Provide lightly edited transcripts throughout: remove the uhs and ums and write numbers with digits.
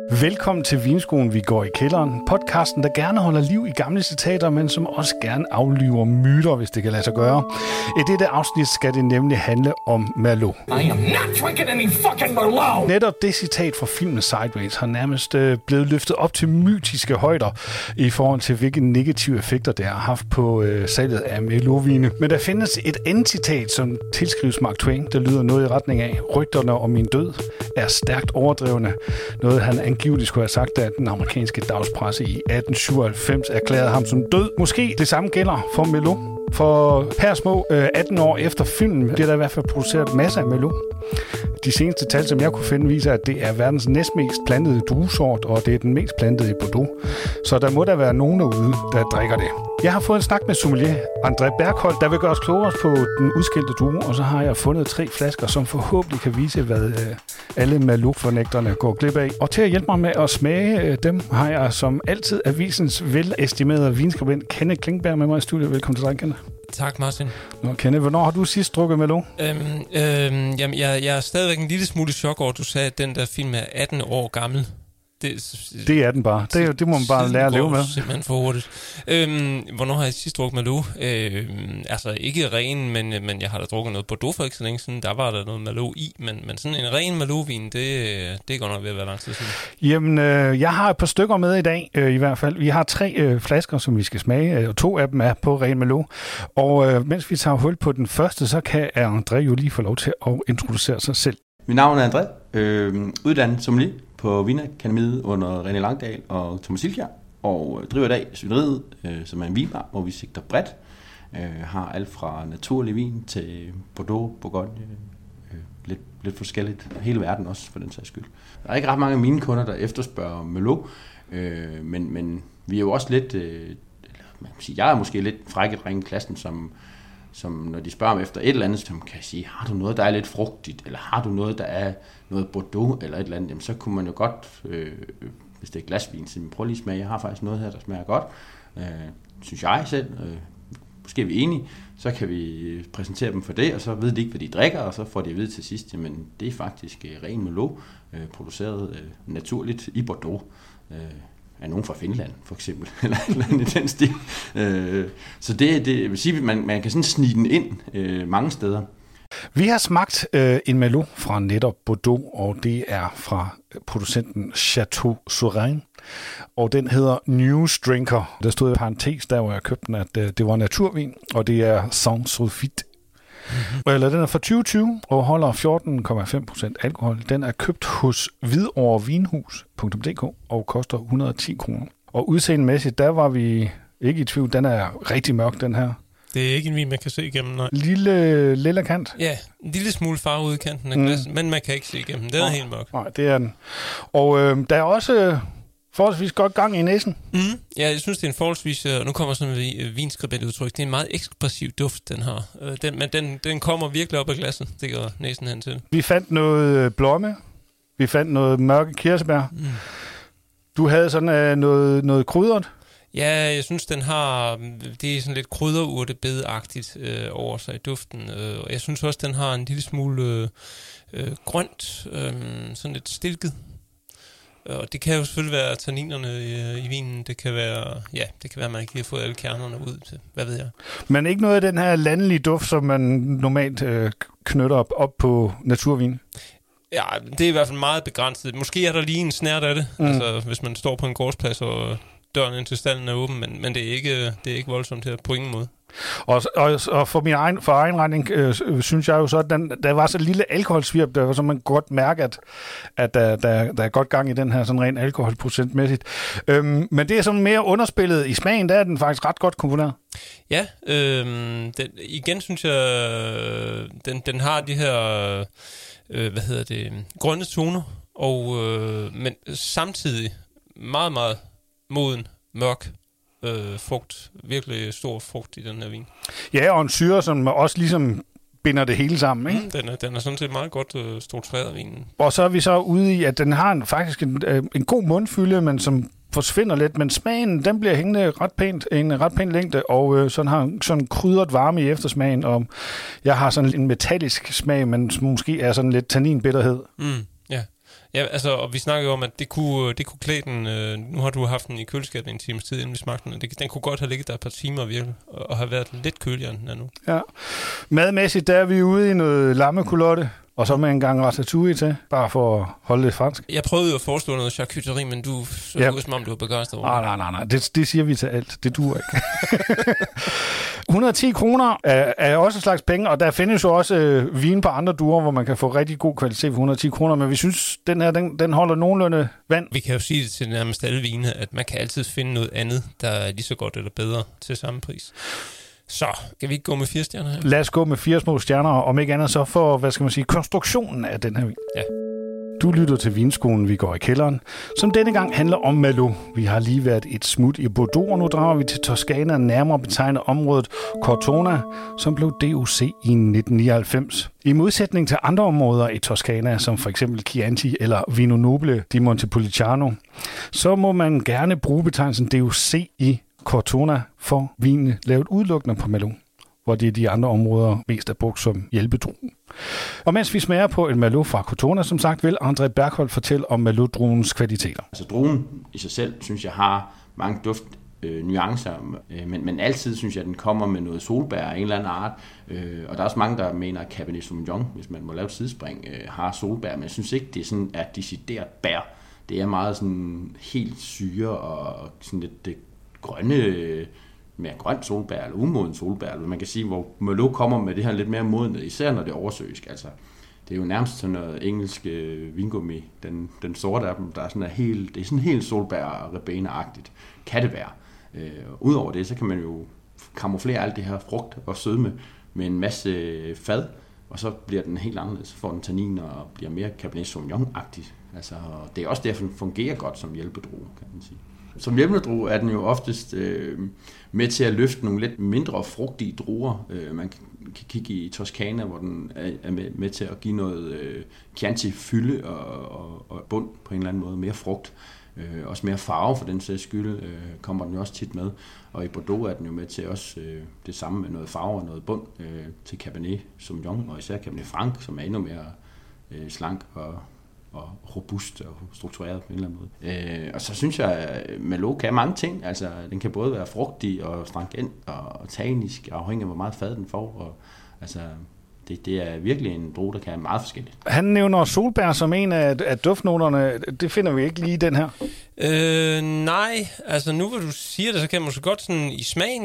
Velkommen til Vinskolen, vi går i kælderen. Podcasten, der gerne holder liv i gamle citater, men som også gerne aflyver myter, hvis det kan lade sig gøre. I dette afsnit skal det nemlig handle om Merlot. I am not drinking any fucking Merlot! Netop det citat fra filmen Sideways har nærmest blevet løftet op til mytiske højder i forhold til, hvilke negative effekter det har haft på salget af Merlotvine. Men der findes et andet citat, som tilskrives Mark Twain, der lyder noget i retning af: rygterne om min død er stærkt overdrevne. Noget han angiveligt skulle have sagt, at den amerikanske dagspresse i 1897 erklærede ham som død. Måske det samme gælder for Merlot. For her små 18 år efter filmen bliver der i hvert fald produceret masser af Merlot. De seneste tal, som jeg kunne finde, viser, at det er verdens næstmest plantede druesort, og det er den mest plantede i Bordeaux. Så der må der være nogen derude, der drikker det. Jeg har fået en snak med sommelier André Bergholt, der vil gøre os klogere på den udskilte drue, og så har jeg fundet 3 flasker, som forhåbentlig kan vise, hvad alle Merlot-fornægterne går glip af. Og til at hjælpe mig med at smage dem, har jeg som altid avisens velestimerede vinskribent Kenneth Klingberg med mig i studiet. Velkommen til dig, Kenneth. Tak, Martin. Nå, Kenneth, hvornår har du sidst drukket Merlot? Jamen, jeg er stadigvæk en lille smule i chok over, at du sagde, at den der film er 18 år gammel. Det er den bare. Det må man bare lære at leve med. Simpelthen for hurtigt. Hvornår har jeg sidst drukket Merlot? Altså ikke ren, men jeg har da drukket noget Bordeaux for ikke så længe siden. Der var der noget Merlot i, men sådan en ren Merlotvin, det er godt nok ved at være lang tid siden. Jamen, jeg har et par stykker med i dag, i hvert fald. Vi har 3 flasker, som vi skal smage, og 2 af dem er på ren Merlot. Og mens vi tager hul på den første, så kan André jo lige få lov til at introducere sig selv. Mit navn er André, uddannet sommelier på Vinakademiet under René Langdal og Thomas Silkjær, og driver i dag Svineriet, som er en vinbar, hvor vi sigter bredt. Har alt fra naturlig vin til Bordeaux, Bourgogne, lidt forskelligt. Hele verden også, for den sags skyld. Der er ikke ret mange af mine kunder, der efterspørger Merlot, men vi er jo også lidt, man kan sige, jeg er måske lidt frækket ringe klassen, som når de spørger om efter et eller andet, som kan sige, har du noget, der er lidt frugtigt, eller har du noget, der er noget Bordeaux, eller et eller andet, jamen, så kunne man jo godt, hvis det er glasvin, så prøv lige at smage, jeg har faktisk noget her, der smager godt, synes jeg selv, måske er vi enige, så kan vi præsentere dem for det, og så ved de ikke, hvad de drikker, og så får de at vide til sidst, jamen det er faktisk ren Merlot, produceret naturligt i Bordeaux, af nogen fra Finland, for eksempel, eller et eller andet i den stil. Så det vil sige, man kan sådan snige den ind mange steder. Vi har smagt en Merlot fra netop Bordeaux, og det er fra producenten Chateau Sourin, og den hedder News Drinker. Der stod i parentes, der hvor jeg købte den, at det var naturvin, og det er sans sulfite. Den er fra 2020 og holder 14,5% alkohol. Den er købt hos hvidorevinhus.dk og koster 110 kroner. Og udseendemæssigt, der var vi ikke i tvivl. Den er rigtig mørk, den her. Det er ikke en vin, man kan se igennem, nej. Lille kant? Ja, en lille smule farve ud i kanten af glassen, men man kan ikke se igennem. Den er helt mørk. Nej, det er den. Og der er også forholdsvis godt gang i næsen. Ja, jeg synes, det er en forholdsvis, og nu kommer sådan en vinskribent udtryk, det er en meget ekspressiv duft, den har. Men den kommer virkelig op af glasset, det gør næsen hen til. Vi fandt noget blomme, vi fandt noget mørke kirsebær. Du havde sådan noget krydret. Ja, jeg synes, den har, det er sådan lidt krydderurtebedagtigt over sig i duften. Og jeg synes også, den har en lille smule grønt, sådan lidt stilket. Og det kan jo selvfølgelig være tanninerne i vinen. Det kan være, at man ikke har fået alle kernerne ud til. Hvad ved jeg? Men ikke noget af den her landlige duft, som man normalt knytter op på naturvin? Ja, det er i hvert fald meget begrænset. Måske er der lige en snært af det, altså hvis man står på en gårdsplads og døren ind til stallen er åben, men det er ikke voldsomt her på ingen måde. Og for egen regning synes jeg jo så, at der var så en lille alkoholsvirp, der var så man godt mærke, at der er godt gang i den her sådan ren alkoholprocentmæssigt. Men det er sådan mere underspillet i smagen, der er den faktisk ret godt komponeret. Ja, igen synes jeg, den har de her, grønne toner, men samtidig meget, meget moden, mørk frugt. Virkelig stor frugt i den her vin. Ja, og en syre, som også ligesom binder det hele sammen, ikke? Den er sådan set meget godt struktureret, vinen. Og så er vi så ude i, at den har faktisk en god mundfylde, men som forsvinder lidt, men smagen, den bliver hængende en ret pæn længde, og sådan har sådan krydret varme i eftersmagen, og jeg har sådan en metallisk smag, men måske er sådan lidt tanninbitterhed. Ja. Ja, altså, og vi snakker jo om, at det kunne klæde den. Nu har du haft den i køleskabet en times tid, inden vi smagte den. Den kunne godt have ligget der et par timer virkelig, og have været lidt køligere, end den er nu. Ja. Madmæssigt, der er vi ude i noget lammekulotte, og så med en gang ratatouille til, bare for at holde det fransk. Jeg prøvede jo at foreslå noget charcuterie, men du så ud, som om du var begejstret over. Nej. Det siger vi til alt. Det duer ikke. 110 kroner er også en slags penge, og der findes jo også vin på andre duer, hvor man kan få rigtig god kvalitet for 110 kroner, men vi synes, den her, den holder nogenlunde vand. Vi kan jo sige det til nærmest alle vine, at man kan altid finde noget andet, der er lige så godt eller bedre til samme pris. Så, kan vi ikke gå med 4 stjerner her? Lad os gå med 4 små stjerner, om ikke andet så for, konstruktionen af den her vin. Ja. Du lytter til Vinskolen, vi går i kælderen, som denne gang handler om Merlot. Vi har lige været et smut i Bordeaux, og nu drager vi til Toskana, nærmere betegnet området Cortona, som blev DOC i 1999. I modsætning til andre områder i Toskana, som for eksempel Chianti eller Vino Noble di Montepulciano, så må man gerne bruge betegnelsen DOC i Cortona for vinen lavet udelukkende på Merlot, hvor det er de andre områder mest er brugt som hjælpedruen. Og mens vi smager på en Merlot fra Cortona, som sagt, vil André Bergholt fortælle om Merlot-druens kvaliteter. Altså druen i sig selv, synes jeg, har mange nuancer, men altid synes jeg, at den kommer med noget solbær af en eller anden art. Og der er også mange, der mener, at Cabernet Sauvignon, hvis man må lave et sidespring, har solbær, men jeg synes ikke, det er sådan er decideret bær. Det er meget sådan helt syre og sådan lidt det grønne, mere grønt solbær eller umoden solbær, eller man kan sige, hvor Merlot kommer med det her lidt mere modne, især når det er oversøisk. Altså, det er jo nærmest sådan noget engelsk vingummi, den sorte af dem, der er sådan helt, det er sådan helt solbær ribena-agtigt. Kan det være. Udover det, så kan man jo kamuflere alt det her frugt og sødme med en masse fad, og så bliver den helt anderledes, så får den tannin og bliver mere Cabernet Sauvignon-agtig. Altså, det er også derfor, den fungerer godt som hjælpedrue, kan man sige. Som hjælpedrue er den jo oftest med til at løfte nogle lidt mindre frugtige druer. Man kan kigge i Toskana, hvor den er med til at give noget Chianti-fylde og bund på en eller anden måde. Mere frugt. Også mere farve for den sags skyld kommer den jo også tit med. Og i Bordeaux er den jo med til også det samme med noget farve og noget bund til Cabernet Sauvignon, og især Cabernet Franc, som er endnu mere slank og robust og struktureret på en eller anden måde. Og så synes jeg, at Merlot kan mange ting. Altså, den kan både være frugtig og stringent og tannisk, afhængig af, hvor meget fad den får. Og, altså, det er virkelig en drue, der kan være meget forskelligt. Han nævner solbær som en af duftnoterne. Det finder vi ikke lige i den her. Nej, altså nu hvor du siger det, så kan jeg måske godt sådan i smagen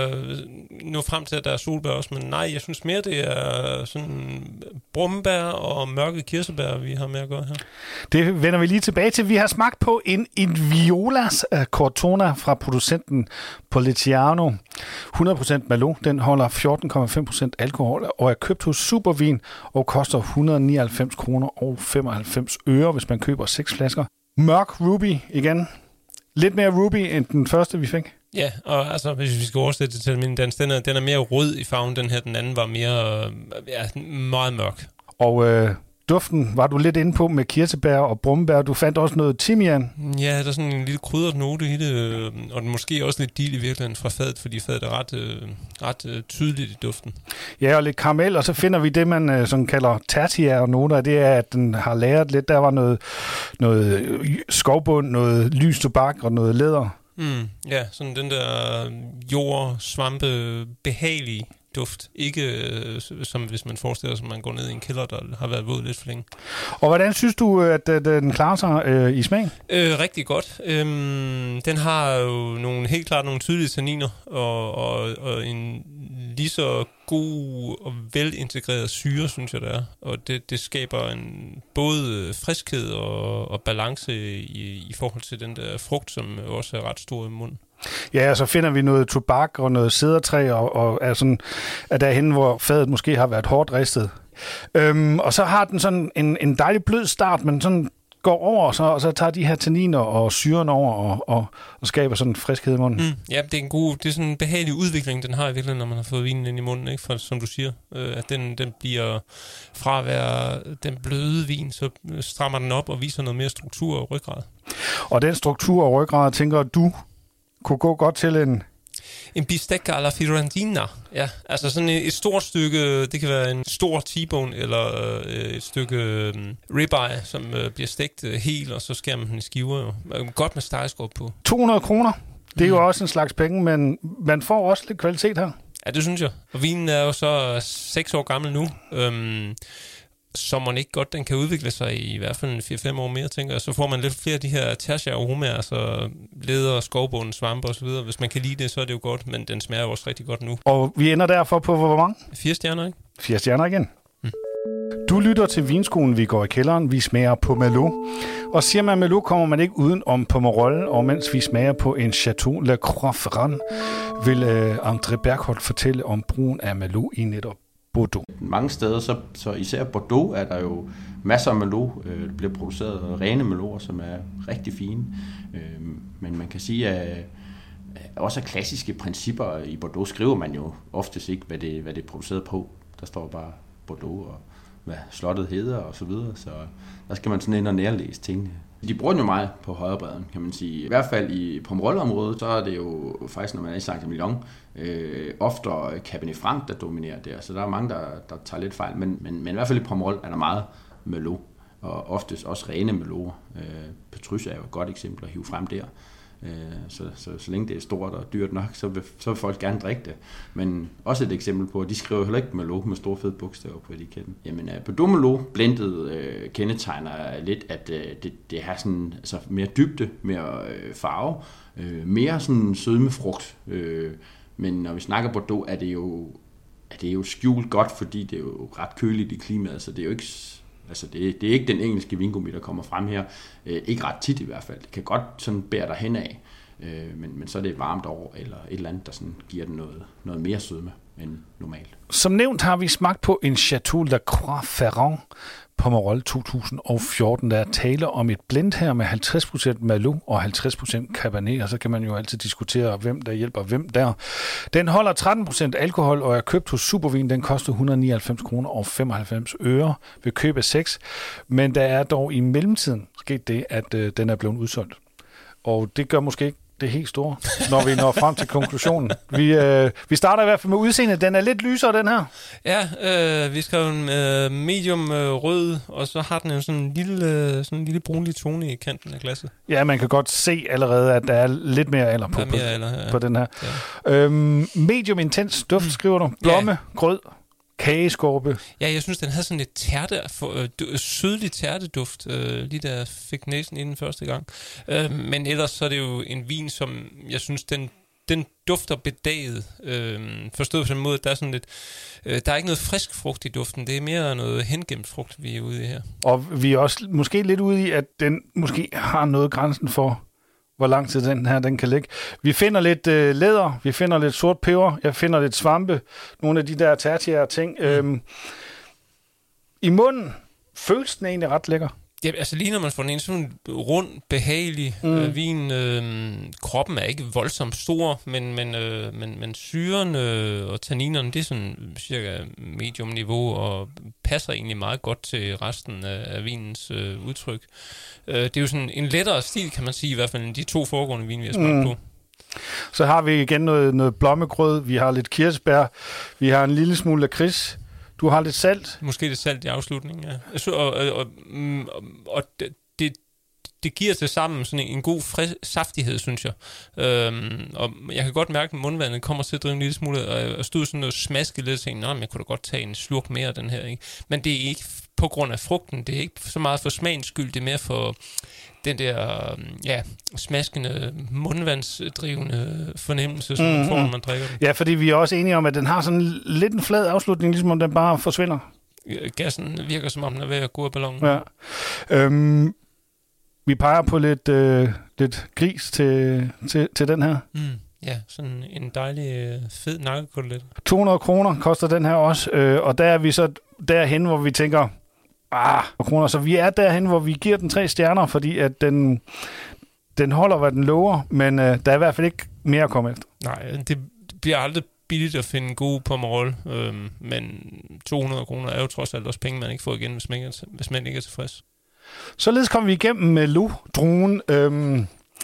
nå frem til, at der er solbær også, men nej, jeg synes mere, det er sådan brumbær og mørke kirsebær, vi har med at gøre her. Det vender vi lige tilbage til. Vi har smagt på en Violas Cortona fra producenten Policiano. 100% Merlot. Den holder 14,5% alkohol og er købt hos Supervin og koster 199 kroner og 95 øre, hvis man køber 6 flasker. Mørk ruby igen. Lidt mere ruby end den første, vi fik. Ja, og altså, hvis vi skal oversætte det til almindelig dansk, den er mere rød i farven, den her. Den anden var mere, meget mørk. Og duften var du lidt inde på med kirsebær og brumbær. Du fandt også noget timian. Ja, der er sådan en lille krydret note i det, og den måske også lidt dild i virkeligheden fra fadet, fordi fadet er ret tydeligt i duften. Ja, og lidt karamel, og så finder vi det, man sådan kalder tertiær-noter. Det er, at den har lagret lidt. Der var noget skovbund, noget lys tobak og noget læder. Ja, sådan den der jord, svampe, behagelige duft. Ikke som hvis man forestiller sig, at man går ned i en kælder, der har været våd lidt for længe. Og hvordan synes du, at den klarer sig i smagen? Rigtig godt. Den har jo helt klart nogle tydelige tanniner, og en lige så god og velintegreret syre, synes jeg, det er. Og det skaber en både friskhed og balance i forhold til den der frugt, som også er ret stor i munden. Ja, og så finder vi noget tobak og noget cedertræ, og er sådan, at derhenne, hvor fadet måske har været hårdt ristet. Og så har den sådan en dejlig blød start, men sådan går over, og så tager de her tanniner og syren over og skaber sådan en friskhed i munden. Ja, det er sådan en behagelig udvikling, den har i virkeligheden, når man har fået vinen ind i munden, ikke? For, som du siger, at den bliver fra at være den bløde vin, så strammer den op og viser noget mere struktur og ryggrad. Og den struktur og ryggrad, tænker du, kunne gå godt til En bistecca alla Fiorentina. Ja, altså sådan et stort stykke, det kan være en stor T-bone, eller et stykke ribeye, som bliver stegt helt, og så skærer man den i skiver. Jo. Godt med stegeskorp på. 200 kroner. Det er jo også en slags penge, men man får også lidt kvalitet her. Ja, det synes jeg. Og vinen er jo så 6 år gammel nu. Så man ikke godt, den kan udvikle sig i hvert fald 4-5 år mere, tænker jeg. Så får man lidt flere af de her tertiære aromaer, altså leder, skovbunden, svampe osv. Hvis man kan lide det, så er det jo godt, men den smager jo også rigtig godt nu. Og vi ender derfor på hvor mange? 4 stjerner, ikke? 4 stjerner igen. Du lytter til Vinskolen, vi går i kælderen. Vi smager på Merlot. Og siger man Merlot, kommer man ikke uden om Pomerol. Og mens vi smager på en Chateau Le Croix Ferrand, vil André Bergholt fortælle om brugen af Merlot i netop Bordeaux. Mange steder, så især Bordeaux, er der jo masser af Merlot. Der bliver produceret rene Merloter, som er rigtig fine. Men man kan sige, at også af klassiske principper i Bordeaux skriver man jo oftest ikke, hvad det er produceret på. Der står bare Bordeaux og hvad slottet hedder og så videre, så der skal man sådan ind og nærlæse tingene. De bruger den jo meget på højrebredden, kan man sige. I hvert fald i Pomerol-området, så er det jo faktisk, når man er i Saint-Emilion, oftere Cabernet Franc, der dominerer der. Så der er mange, der tager lidt fejl, men i hvert fald i Pomerol er der meget Merlot, og oftest også rene Merloter. Petrus er jo et godt eksempel at hive frem der. Så længe det er stort og dyrt nok, så vil folk gerne drikke det. Men også et eksempel på, at de skriver heller ikke Merlot med store fede bogstaver på etiketten. Jamen, Bordeaux Merlot blendet kendetegner lidt, at det har sådan altså mere dybde, mere farve, mere sådan sødmefrugt. Men når vi snakker Bordeaux, er det jo skjult godt, fordi det er jo ret køligt i klimaet, så det er jo ikke... Altså det er ikke den engelske vingummi, der kommer frem her. Ikke ret tit i hvert fald. Det kan godt sådan bære dig hen af, men så er det et varmt år eller et eller andet, der sådan giver den noget mere sødme end normalt. Som nævnt har vi smagt på en Chateau Le Croix Ferrand Pomerol 2014. Der er tale om et blend her med 50% Merlot og 50% Cabernet, og så kan man jo altid diskutere, hvem der hjælper hvem der. Den holder 13% alkohol og er købt hos Supervin. Den koster 199 kroner og 95 øre ved køb af 6. Men der er dog i mellemtiden sket det, at den er blevet udsolgt. Og det gør måske ikke det helt store, når vi når frem til konklusionen. Vi starter i hvert fald med udseendet. Den er lidt lysere, den her. Ja, vi skrev en medium rød, og så har den sådan en lille brunlig tone i kanten af glasset. Ja, man kan godt se allerede, at der er lidt mere alder på den her. Ja. Medium intens duft, skriver du. Blomme, grød, kageskorpe. Ja, jeg synes, den havde sådan et sødlig tærteduft, lige da jeg fik næsen i den første gang. Men ellers så er det jo en vin, som jeg synes, den dufter bedaget. Forstået på den måde, at der er sådan lidt... der er ikke noget frisk frugt i duften. Det er mere noget hengemt frugt, vi er ude i her. Og vi er også måske lidt ude i, at den måske har noget grænsen for, hvor lang tid den kan ligge. Vi finder lidt læder, vi finder lidt sort peber, jeg finder lidt svampe, nogle af de der tertiære ting. I munden føles den egentlig ret lækker. Ja, altså lige når man får en sådan rund, behagelig vin, kroppen er ikke voldsomt stor, men syren og tanninerne, det er sådan cirka medium niveau og passer egentlig meget godt til resten af vinens udtryk. Det er jo sådan en lettere stil, kan man sige, i hvert fald end de 2 foregående vine, vi har smagt på. Så har vi igen noget blommegrød, vi har lidt kirsebær, vi har en lille smule lakrids. Du har lidt salt. Måske lidt salt i afslutningen, ja. Og det giver til sammen sådan en god saftighed, synes jeg. Og jeg kan godt mærke, at mundvandet kommer til at drive en lille smule, og jeg stod sådan og smaske lidt og tænkte, jeg kunne da godt tage en slurk mere af den her, ikke? Men det er ikke på grund af frugten, det er ikke så meget for smagens skyld, det er mere for den der smaskende, mundvandsdrivende fornemmelse, som man får, når man drikker den. Ja, fordi vi er også enige om, at den har sådan lidt en flad afslutning, ligesom om den bare forsvinder. Gassen virker, som om den er ved at gå af ballonen. Ja. Vi peger på lidt gris til den her. Ja, sådan en dejlig fed nakkekotelet. 200 kroner koster den her også, og der er vi så derhen, hvor vi tænker, kroner. Så vi er derhen, hvor vi giver den 3 stjerner, fordi at den holder, hvad den lover, men der er i hvert fald ikke mere at komme efter. Nej, det bliver aldrig billigt at finde gode Pomerol, men 200 kroner er jo trods alt også penge, man ikke får igen, hvis man ikke er tilfreds. Således kom vi igennem med Merlot-druen.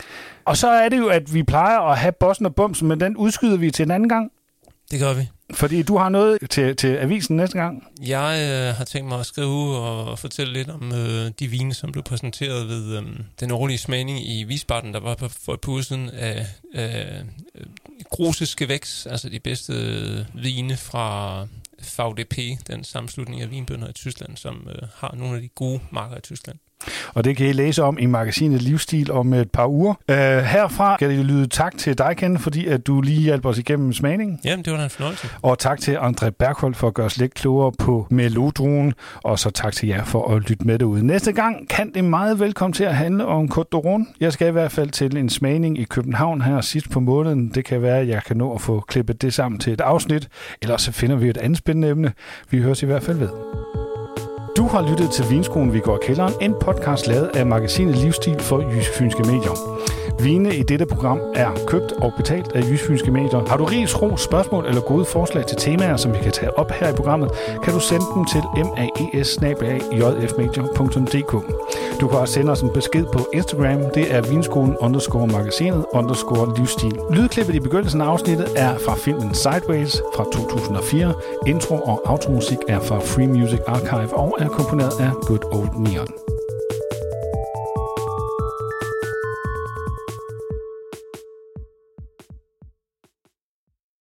Og så er det jo, at vi plejer at have bossen og bumsen, men den udskyder vi til en anden gang. Det gør vi. Fordi du har noget til avisen næste gang. Jeg har tænkt mig at skrive og fortælle lidt om de vine, som blev præsenteret ved den årlige smagning i Wiesbaden, der var for et par uger siden af Großes Gewächs, altså de bedste vine fra VDP, den sammenslutning af vinbønder i Tyskland, som har nogle af de gode marker i Tyskland. Og det kan I læse om i magasinet Livsstil om et par uger. Herfra kan det lyde tak til dig, Ken, fordi at du lige hjælper os igennem smagningen. Jamen, det var da en fornøjelse. Og tak til André Bergholt for at gøre os lidt klogere på Merlot-druen. Og så tak til jer for at lytte med derude. Næste gang kan det meget velkommen til at handle om Côte d'Aron. Jeg skal i hvert fald til en smagning i København her sidst på måneden. Det kan være, at jeg kan nå at få klippet det sammen til et afsnit. Ellers så finder vi et andet spændende emne. Vi høres i hvert fald ved. Du har lyttet til Vinskolen, vi går i kælderen, en podcast lavet af magasinet Livsstil for Jysk Fynske Medier. Vine i dette program er købt og betalt af Jysk Fynske Medier. Har du ris, ros, spørgsmål eller gode forslag til temaer, som vi kan tage op her i programmet, kan du sende dem til maes@jfmedia.dk. Du kan også sende os en besked på Instagram. Det er vinskolen_magasinet_livsstil. Lydklippet i begyndelsen af afsnittet er fra filmen Sideways fra 2004. Intro og automusik er fra Free Music Archive og er komponeret af Good Old Neon.